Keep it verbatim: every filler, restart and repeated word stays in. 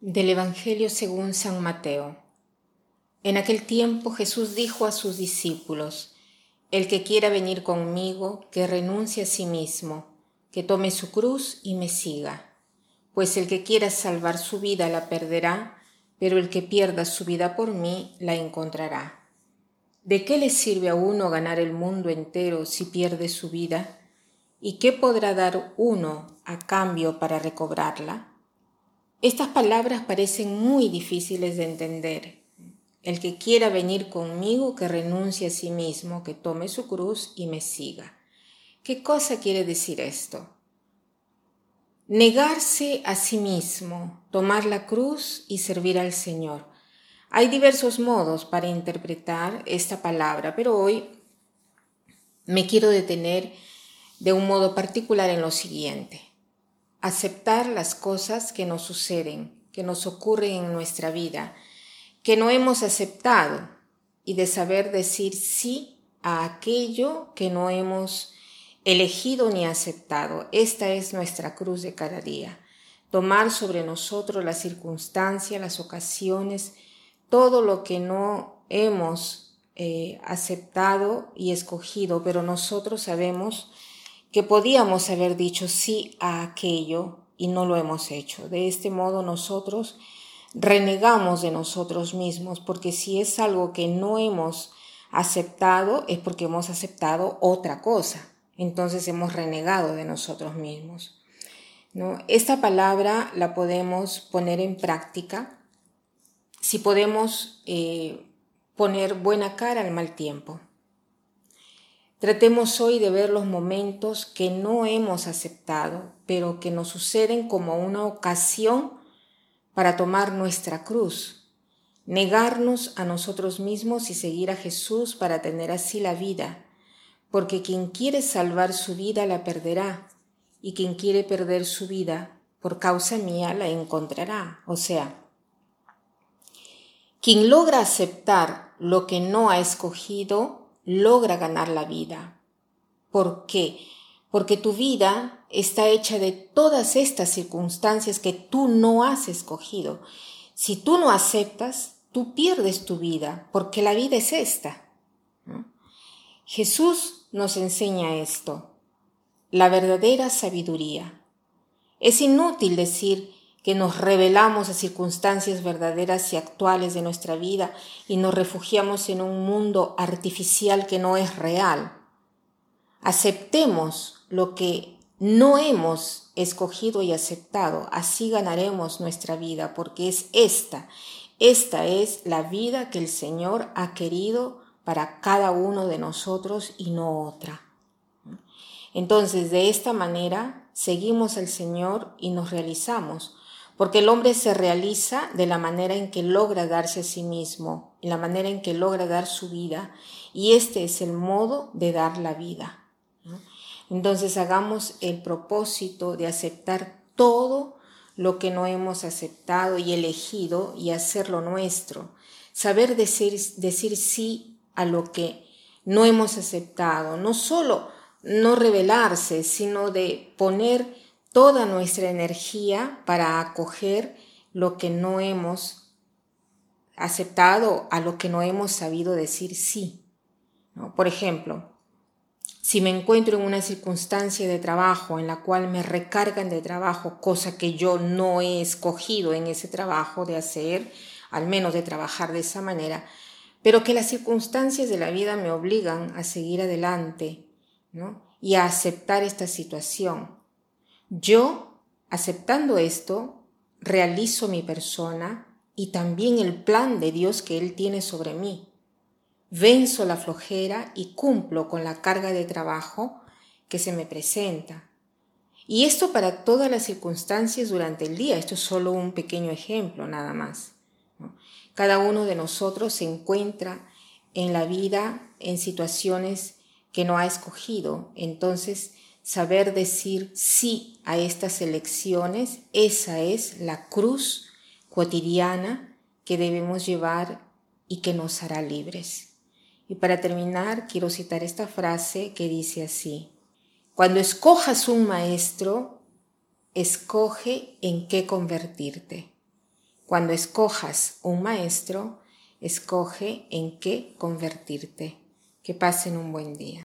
Del Evangelio según San Mateo. En aquel tiempo Jesús dijo a sus discípulos: El que quiera venir conmigo, que renuncie a sí mismo, que tome su cruz y me siga. Pues el que quiera salvar su vida la perderá, pero el que pierda su vida por mí la encontrará. ¿De qué le sirve a uno ganar el mundo entero si pierde su vida? ¿Y qué podrá dar uno a cambio para recobrarla? Estas palabras parecen muy difíciles de entender. El que quiera venir conmigo, que renuncie a sí mismo, que tome su cruz y me siga. ¿Qué cosa quiere decir esto? Negarse a sí mismo, tomar la cruz y servir al Señor. Hay diversos modos para interpretar esta palabra, pero hoy me quiero detener de un modo particular en lo siguiente. Aceptar las cosas que nos suceden, que nos ocurren en nuestra vida, que no hemos aceptado, y de saber decir sí a aquello que no hemos elegido ni aceptado. Esta es nuestra cruz de cada día. Tomar sobre nosotros las circunstancias, las ocasiones, todo lo que no hemos eh, aceptado y escogido, pero nosotros sabemos que podíamos haber dicho sí a aquello y no lo hemos hecho. De este modo nosotros renegamos de nosotros mismos, porque si es algo que no hemos aceptado es porque hemos aceptado otra cosa. Entonces hemos renegado de nosotros mismos, ¿no? Esta palabra la podemos poner en práctica si podemos eh, poner buena cara al mal tiempo. Tratemos hoy de ver los momentos que no hemos aceptado, pero que nos suceden como una ocasión para tomar nuestra cruz, negarnos a nosotros mismos y seguir a Jesús para tener así la vida, porque quien quiere salvar su vida la perderá, y quien quiere perder su vida por causa mía la encontrará. O sea, quien logra aceptar lo que no ha escogido, logra ganar la vida. ¿Por qué? Porque tu vida está hecha de todas estas circunstancias que tú no has escogido. Si tú no aceptas, tú pierdes tu vida, porque la vida es esta, ¿no? Jesús nos enseña esto, la verdadera sabiduría. Es inútil decir que nos revelamos a circunstancias verdaderas y actuales de nuestra vida y nos refugiamos en un mundo artificial que no es real. Aceptemos lo que no hemos escogido y aceptado, así ganaremos nuestra vida, porque es esta, esta es la vida que el Señor ha querido para cada uno de nosotros y no otra. Entonces, de esta manera, seguimos al Señor y nos realizamos, porque el hombre se realiza de la manera en que logra darse a sí mismo, en la manera en que logra dar su vida, y este es el modo de dar la vida, ¿no? Entonces, hagamos el propósito de aceptar todo lo que no hemos aceptado y elegido y hacerlo nuestro. Saber decir, decir sí a lo que no hemos aceptado, no solo no rebelarse, sino de poner toda nuestra energía para acoger lo que no hemos aceptado, a lo que no hemos sabido decir sí, ¿no? Por ejemplo, si me encuentro en una circunstancia de trabajo en la cual me recargan de trabajo, cosa que yo no he escogido en ese trabajo de hacer, al menos de trabajar de esa manera, pero que las circunstancias de la vida me obligan a seguir adelante, ¿no? Y a aceptar esta situación. Yo, aceptando esto, realizo mi persona y también el plan de Dios que Él tiene sobre mí. Venzo la flojera y cumplo con la carga de trabajo que se me presenta. Y esto para todas las circunstancias durante el día. Esto es solo un pequeño ejemplo, nada más, ¿no? Cada uno de nosotros se encuentra en la vida en situaciones que no ha escogido. Entonces, saber decir sí a estas elecciones, esa es la cruz cotidiana que debemos llevar y que nos hará libres. Y para terminar, quiero citar esta frase que dice así: cuando escojas un maestro, escoge en qué convertirte. Cuando escojas un maestro, escoge en qué convertirte. Que pasen un buen día.